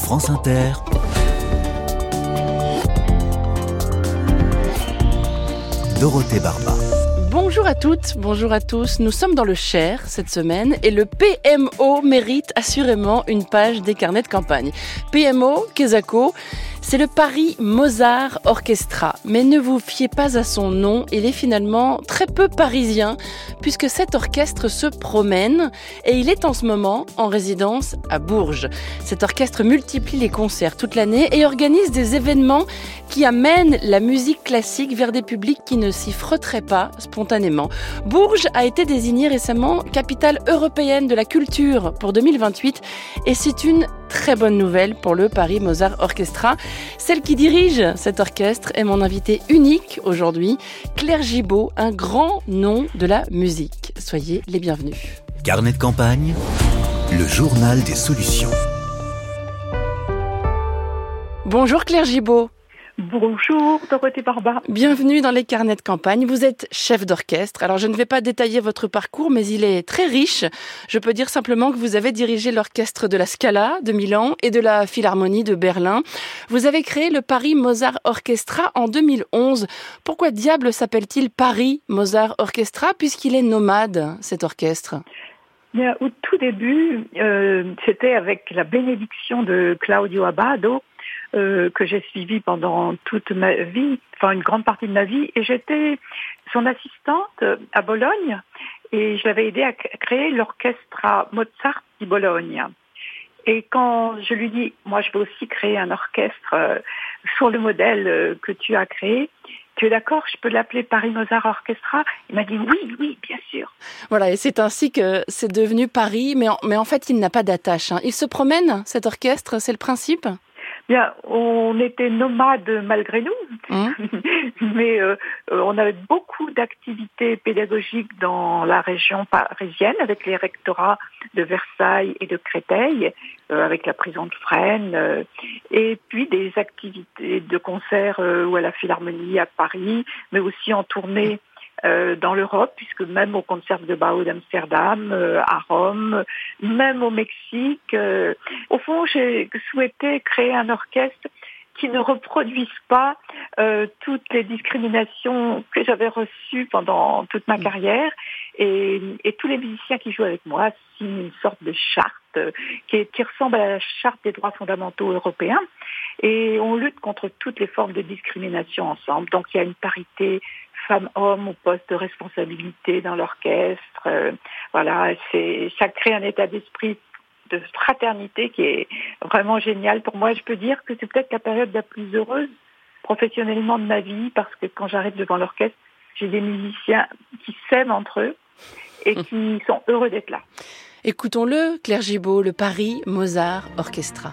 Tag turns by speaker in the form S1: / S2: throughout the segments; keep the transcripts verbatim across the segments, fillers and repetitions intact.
S1: France Inter, Dorothée Barba.
S2: Bonjour à toutes, bonjour à tous. Nous sommes dans le Cher cette semaine et le P M O mérite assurément une page des carnets de campagne. P M O, Quesaco, c'est le Paris Mozart Orchestra. Mais ne vous fiez pas à son nom, il est finalement très peu parisien puisque cet orchestre se promène et il est en ce moment en résidence à Bourges. Cet orchestre multiplie les concerts toute l'année et organise des événements qui amènent la musique classique vers des publics qui ne s'y frotteraient pas spontanément. Bourges a été désignée récemment capitale européenne de la culture pour deux mille vingt-huit et c'est une très bonne nouvelle pour le Paris Mozart Orchestra. Celle qui dirige cet orchestre est mon invitée unique aujourd'hui, Claire Gibault, un grand nom de la musique. Soyez les bienvenus.
S1: Carnet de campagne, le journal des solutions.
S2: Bonjour Claire Gibault.
S3: Bonjour Dorothée Barba.
S2: Bienvenue dans les carnets de campagne. Vous êtes chef d'orchestre. Alors je ne vais pas détailler votre parcours, mais il est très riche. Je peux dire simplement que vous avez dirigé l'orchestre de la Scala de Milan et de la Philharmonie de Berlin. Vous avez créé le Paris Mozart Orchestra en deux mille onze. Pourquoi diable s'appelle-t-il Paris Mozart Orchestra puisqu'il est nomade, cet orchestre ?
S3: Bien, au tout début, euh, c'était avec la bénédiction de Claudio Abbado Euh, que j'ai suivi pendant toute ma vie, enfin une grande partie de ma vie, et j'étais son assistante à Bologne, et je l'avais aidé à créer l'Orchestra Mozart di Bologna. Et quand je lui dis, moi je veux aussi créer un orchestre euh, sur le modèle euh, que tu as créé, tu es d'accord, je peux l'appeler Paris Mozart Orchestra? Il m'a dit oui, oui, bien sûr.
S2: Voilà, et c'est ainsi que c'est devenu Paris, mais en, mais en fait il n'a pas d'attache. Hein. Il se promène, cet orchestre, c'est le principe ?
S3: Bien, on était nomades malgré nous, mmh. mais euh, on avait beaucoup d'activités pédagogiques dans la région parisienne avec les rectorats de Versailles et de Créteil, euh, avec la prison de Fresnes, euh, et puis des activités de concert euh, ou à la Philharmonie à Paris, mais aussi en tournée Euh, dans l'Europe, puisque même au Concertgebouw d'Amsterdam, euh, à Rome, même au Mexique. Euh, au fond, j'ai souhaité créer un orchestre qui ne reproduise pas euh, toutes les discriminations que j'avais reçues pendant toute ma carrière. Et, et tous les musiciens qui jouent avec moi signent une sorte de charte euh, qui, est, qui ressemble à la charte des droits fondamentaux européens. Et on lutte contre toutes les formes de discrimination ensemble. Donc il y a une parité femmes-hommes au poste de responsabilité dans l'orchestre. Euh, voilà, c'est, ça crée un état d'esprit de fraternité qui est vraiment génial pour moi. Je peux dire que c'est peut-être la période la plus heureuse professionnellement de ma vie, parce que quand j'arrive devant l'orchestre, j'ai des musiciens qui s'aiment entre eux et qui sont heureux d'être là.
S2: Écoutons-le, Claire Gibault, le Paris Mozart Orchestra.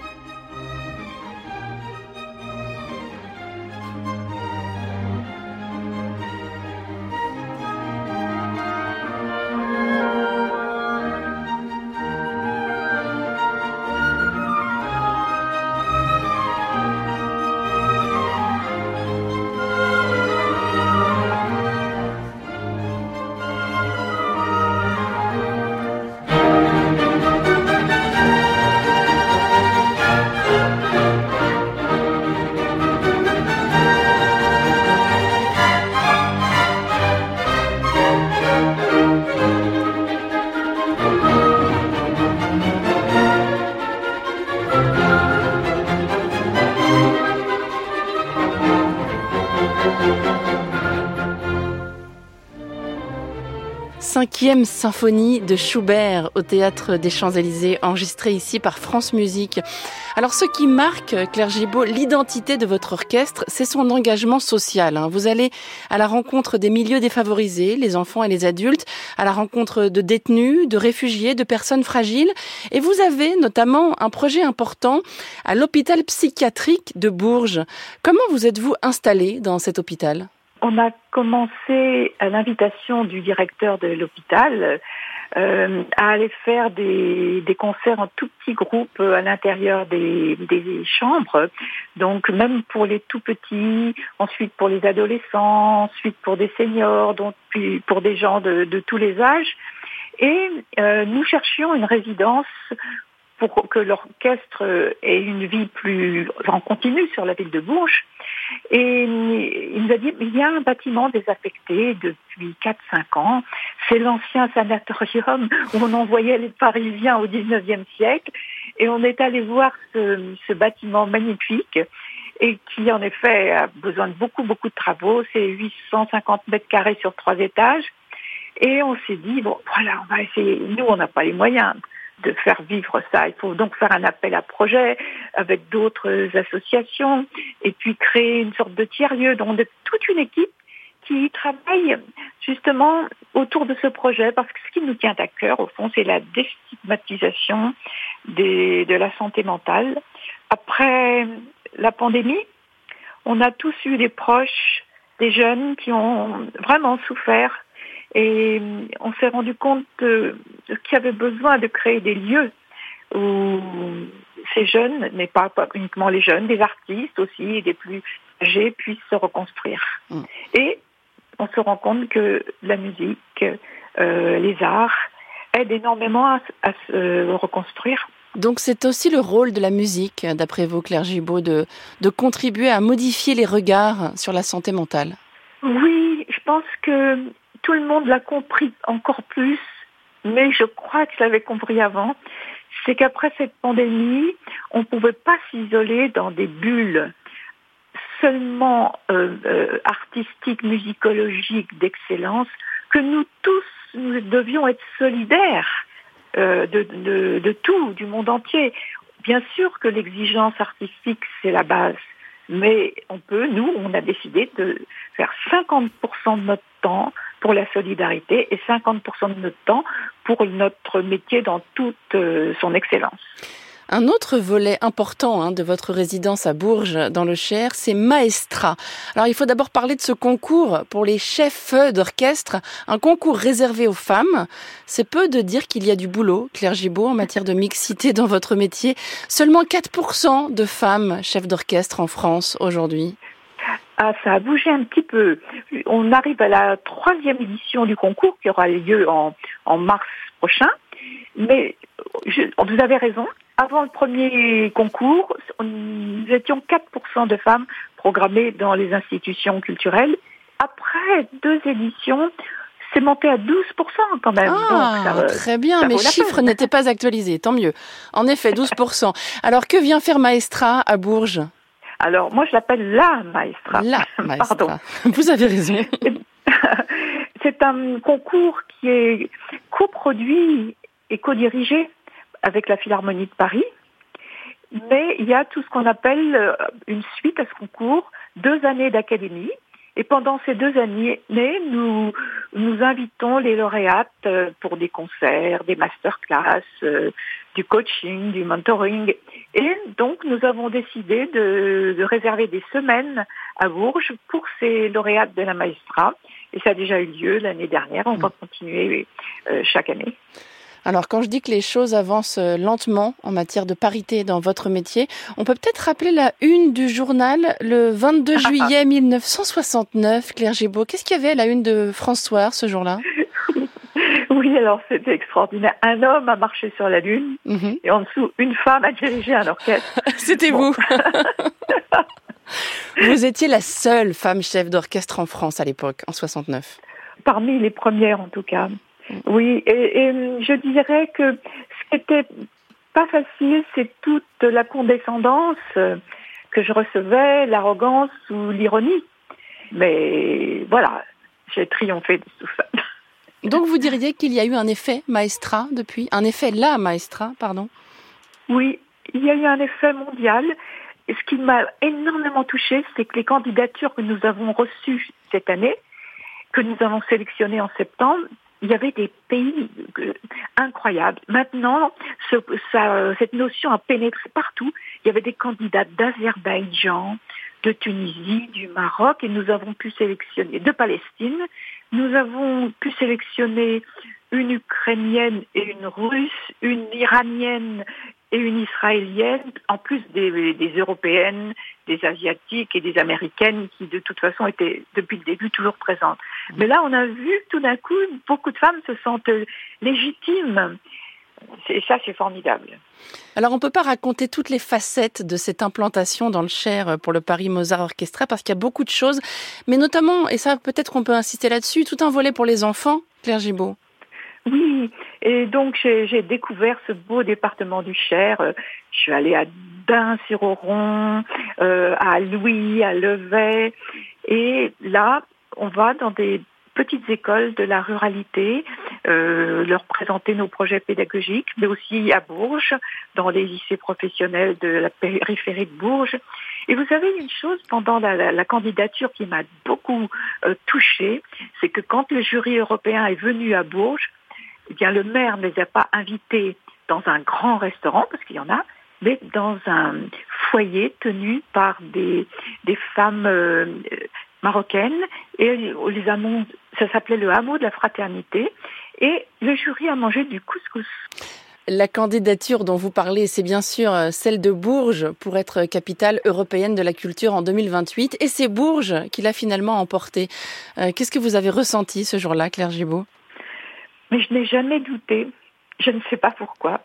S2: Cinquième symphonie de Schubert au Théâtre des Champs-Élysées, enregistrée ici par France Musique. Alors ce qui marque, Claire Gibault, l'identité de votre orchestre, c'est son engagement social. Vous allez à la rencontre des milieux défavorisés, les enfants et les adultes, à la rencontre de détenus, de réfugiés, de personnes fragiles. Et vous avez notamment un projet important à l'hôpital psychiatrique de Bourges. Comment vous êtes-vous installé dans cet hôpital ?
S3: On a commencé à l'invitation du directeur de l'hôpital euh, à aller faire des, des concerts en tout petits groupes à l'intérieur des, des chambres. Donc même pour les tout petits, ensuite pour les adolescents, ensuite pour des seniors, donc puis pour des gens de, de tous les âges. Et euh, nous cherchions une résidence pour que l'orchestre ait une vie plus en continu sur la ville de Bourges. Et il nous a dit, il y a un bâtiment désaffecté depuis quatre cinq ans. C'est l'ancien sanatorium où on envoyait les Parisiens au dix-neuvième siècle. Et on est allé voir ce, ce bâtiment magnifique et qui, en effet, a besoin de beaucoup, beaucoup de travaux. C'est huit cent cinquante mètres carrés sur trois étages. Et on s'est dit, bon, voilà, on va essayer. Nous, on n'a pas les moyens de faire vivre ça. Il faut donc faire un appel à projet avec d'autres associations et puis créer une sorte de tiers-lieu. Donc, on a toute une équipe qui travaille justement autour de ce projet parce que ce qui nous tient à cœur, au fond, c'est la déstigmatisation des, de la santé mentale. Après la pandémie, on a tous eu des proches, des jeunes qui ont vraiment souffert. Et on s'est rendu compte qu'il y avait besoin de créer des lieux où ces jeunes, mais pas, pas uniquement les jeunes, des artistes aussi, des plus âgés, puissent se reconstruire. Mmh. Et on se rend compte que la musique, euh, les arts aident énormément à, à se reconstruire.
S2: Donc c'est aussi le rôle de la musique, d'après vous, Claire Gibault, de, de contribuer à modifier les regards sur la santé mentale.
S3: Oui, je pense que tout le monde l'a compris encore plus, mais je crois que je l'avais compris avant, c'est qu'après cette pandémie, on ne pouvait pas s'isoler dans des bulles seulement euh, euh, artistiques, musicologiques, d'excellence, que nous tous, nous devions être solidaires euh, de, de, de tout, du monde entier. Bien sûr que l'exigence artistique, c'est la base, mais on peut, nous, on a décidé de faire cinquante pour cent de notre temps pour la solidarité et cinquante pour cent de notre temps pour notre métier dans toute euh, son excellence.
S2: Un autre volet important hein, de votre résidence à Bourges, dans le Cher, c'est Maestra. Alors, il faut d'abord parler de ce concours pour les chefs d'orchestre, un concours réservé aux femmes. C'est peu de dire qu'il y a du boulot, Claire Gibault, en matière de mixité dans votre métier. Seulement quatre pour cent de femmes chefs d'orchestre en France aujourd'hui.
S3: Ah, ça a bougé un petit peu. On arrive à la troisième édition du concours qui aura lieu en, en mars prochain. Mais je, vous avez raison. Avant le premier concours, nous étions quatre pour cent de femmes programmées dans les institutions culturelles. Après deux éditions, c'est monté à douze pour cent quand même.
S2: Ah, donc ça, très bien. Mes chiffres n'étaient pas actualisés, tant mieux. En effet, douze pour cent. Alors, que vient faire Maestra à Bourges ?
S3: Alors, moi, je l'appelle la Maestra.
S2: La Maestra.
S3: Pardon.
S2: Vous avez raison.
S3: C'est un concours qui est coproduit et co-dirigé avec la Philharmonie de Paris. Mais il y a tout ce qu'on appelle une suite à ce concours, deux années d'académie. Et pendant ces deux années, nous, nous invitons les lauréates pour des concerts, des masterclass, euh, du coaching, du mentoring. Et donc, nous avons décidé de, de réserver des semaines à Bourges pour ces lauréates de la Maestra. Et ça a déjà eu lieu l'année dernière. On va continuer euh, chaque année.
S2: Alors, quand je dis que les choses avancent lentement en matière de parité dans votre métier, on peut peut-être rappeler la une du journal le vingt-deux juillet mille neuf cent soixante-neuf. Claire Gibault, qu'est-ce qu'il y avait à la une de France-Soir ce jour-là ?
S3: Oui, alors c'était extraordinaire. Un homme a marché sur la Lune mm-hmm. et en dessous, une femme a dirigé un orchestre.
S2: C'était bon. Vous Vous étiez la seule femme chef d'orchestre en France à l'époque, en soixante-neuf.
S3: Parmi les premières en tout cas. Oui, et, et je dirais que ce qui était pas facile, c'est toute la condescendance que je recevais, l'arrogance ou l'ironie. Mais voilà, j'ai triomphé de tout ça.
S2: Donc vous diriez qu'il y a eu un effet Maestra depuis, un effet la Maestra, pardon ?
S3: Oui, il y a eu un effet mondial. Et ce qui m'a énormément touchée, c'est que les candidatures que nous avons reçues cette année, que nous avons sélectionnées en septembre, il y avait des pays incroyables. Maintenant, ce, ça, cette notion a pénétré partout. Il y avait des candidats d'Azerbaïdjan, de Tunisie, du Maroc, et nous avons pu sélectionner, de Palestine, nous avons pu sélectionner une Ukrainienne et une Russe, une Iranienne et une Israélienne, en plus des, des Européennes, des Asiatiques et des Américaines qui, de toute façon, étaient depuis le début toujours présentes. Mais là, on a vu tout d'un coup, beaucoup de femmes se sentent légitimes Et ça, c'est formidable.
S2: Alors, on ne peut pas raconter toutes les facettes de cette implantation dans le Cher pour le Paris Mozart Orchestra parce qu'il y a beaucoup de choses, mais notamment, et ça peut-être qu'on peut insister là-dessus, tout un volet pour les enfants, Claire Gibault.
S3: Oui, et donc j'ai, j'ai découvert ce beau département du Cher. Je suis allée à Dain-sur-Oron, euh, à Louis, à Levay, et là, on va dans des petites écoles de la ruralité, euh, leur présenter nos projets pédagogiques, mais aussi à Bourges, dans les lycées professionnels de la périphérie de Bourges. Et vous savez une chose, pendant la, la, la candidature qui m'a beaucoup euh, touchée, c'est que quand le jury européen est venu à Bourges, eh bien le maire ne les a pas invités dans un grand restaurant, parce qu'il y en a, mais dans un foyer tenu par des, des femmes euh, marocaines, et les hameaux, ça s'appelait le hameau de la fraternité, et le jury a mangé du couscous.
S2: La candidature dont vous parlez, c'est bien sûr celle de Bourges pour être capitale européenne de la culture en deux mille vingt-huit, et c'est Bourges qui l'a finalement emporté. Euh, qu'est-ce que vous avez ressenti ce jour-là, Claire Gibault ?
S3: Mais je n'ai jamais douté, je ne sais pas pourquoi.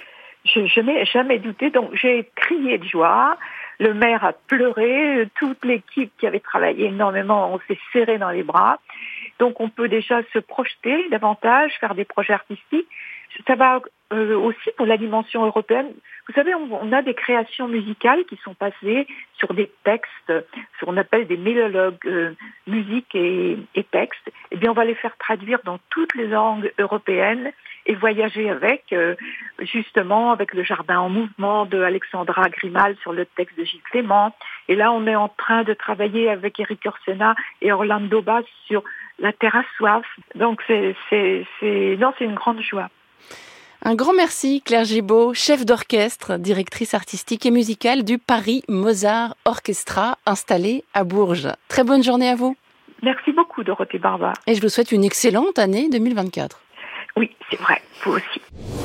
S3: Je, je n'ai jamais douté, donc j'ai crié de joie. Le maire a pleuré, toute l'équipe qui avait travaillé énormément, on s'est serré dans les bras. Donc on peut déjà se projeter davantage, faire des projets artistiques. Ça va euh, aussi pour la dimension européenne. Vous savez, on, on a des créations musicales qui sont passées sur des textes, ce qu'on appelle des mélologues, euh, musique et, et texte. Eh bien, on va les faire traduire dans toutes les langues européennes et voyager avec, euh, justement, avec le Jardin en mouvement de Alexandra Grimal sur le texte de Gilles Clément. Et là, on est en train de travailler avec Eric Orsena et Orlando Bass sur La Terre à soif. Donc, c'est, c'est, c'est, non, c'est une grande joie.
S2: Un grand merci, Claire Gibault, chef d'orchestre, directrice artistique et musicale du Paris Mozart Orchestra, installé à Bourges. Très bonne journée à vous.
S3: Merci beaucoup, Dorothée Barba.
S2: Et je vous souhaite une excellente année deux mille vingt-quatre.
S3: Oui, c'est vrai, vous aussi.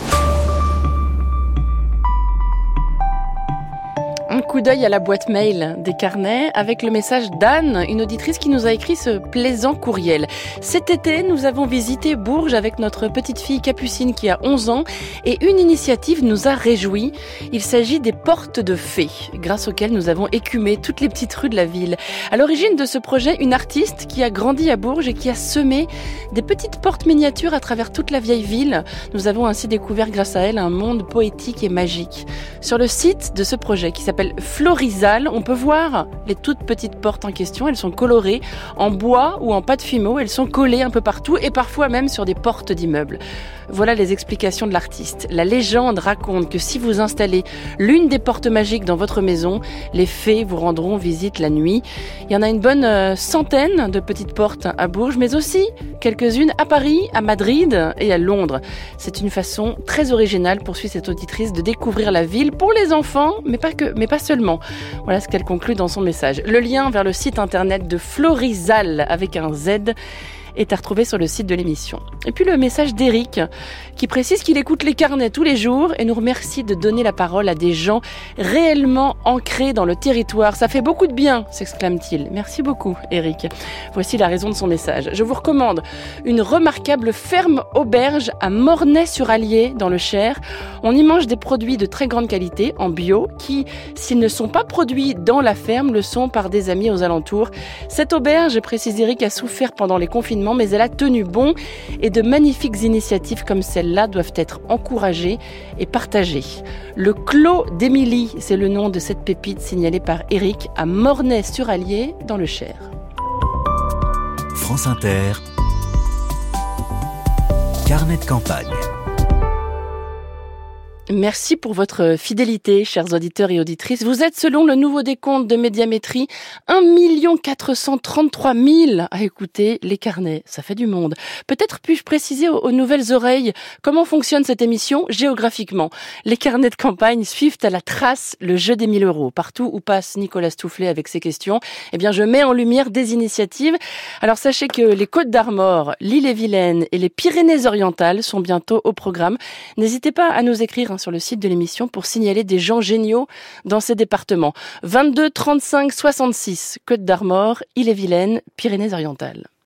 S2: Un coup d'œil à la boîte mail des carnets avec le message d'Anne, une auditrice qui nous a écrit ce plaisant courriel. Cet été, nous avons visité Bourges avec notre petite fille Capucine qui a onze ans et une initiative nous a réjouis. Il s'agit des portes de fées, grâce auxquelles nous avons écumé toutes les petites rues de la ville. À l'origine de ce projet, une artiste qui a grandi à Bourges et qui a semé des petites portes miniatures à travers toute la vieille ville. Nous avons ainsi découvert grâce à elle un monde poétique et magique. Sur le site de ce projet qui s'appelle Florizal, on peut voir les toutes petites portes en question. Elles sont colorées en bois ou en pâte fimo. Elles sont collées un peu partout et parfois même sur des portes d'immeubles. Voilà les explications de l'artiste. La légende raconte que si vous installez l'une des portes magiques dans votre maison, les fées vous rendront visite la nuit. Il y en a une bonne euh, centaine de petites portes à Bourges, mais aussi quelques-unes à Paris, à Madrid et à Londres. C'est une façon très originale, poursuit cette auditrice, de découvrir la ville pour les enfants, mais pas que, mais pas seulement. Voilà ce qu'elle conclut dans son message. Le lien vers le site internet de Florizal avec un Z est à retrouver sur le site de l'émission. Et puis le message d'Éric qui précise qu'il écoute les carnets tous les jours et nous remercie de donner la parole à des gens réellement ancrés dans le territoire. Ça fait beaucoup de bien, s'exclame-t-il. Merci beaucoup, Éric. Voici la raison de son message. Je vous recommande une remarquable ferme auberge à Mornay-sur-Allier dans le Cher. On y mange des produits de très grande qualité, en bio, qui, s'ils ne sont pas produits dans la ferme, le sont par des amis aux alentours. Cette auberge, précise Éric, a souffert pendant les confinements, mais elle a tenu bon et de magnifiques initiatives comme celle-là doivent être encouragées et partagées. Le Clos d'Émilie, c'est le nom de cette pépite signalée par Éric à Mornay-sur-Allier dans le Cher.
S1: France Inter, carnet de campagne.
S2: Merci pour votre fidélité, chers auditeurs et auditrices. Vous êtes, selon le nouveau décompte de Médiamétrie, un million quatre cent trente-trois mille à écouter les carnets. Ça fait du monde. Peut-être puis-je préciser aux, aux nouvelles oreilles comment fonctionne cette émission géographiquement. Les carnets de campagne suivent à la trace le jeu des mille euros. Partout où passe Nicolas Stoufflet avec ses questions, eh bien, je mets en lumière des initiatives. Alors, sachez que les Côtes d'Armor, l'Île-et-Vilaine et les Pyrénées-Orientales sont bientôt au programme. N'hésitez pas à nous écrire sur le site de l'émission pour signaler des gens géniaux dans ces départements. vingt-deux trente-cinq soixante-six, Côte d'Armor, Ille-et-Vilaine, Pyrénées-Orientales.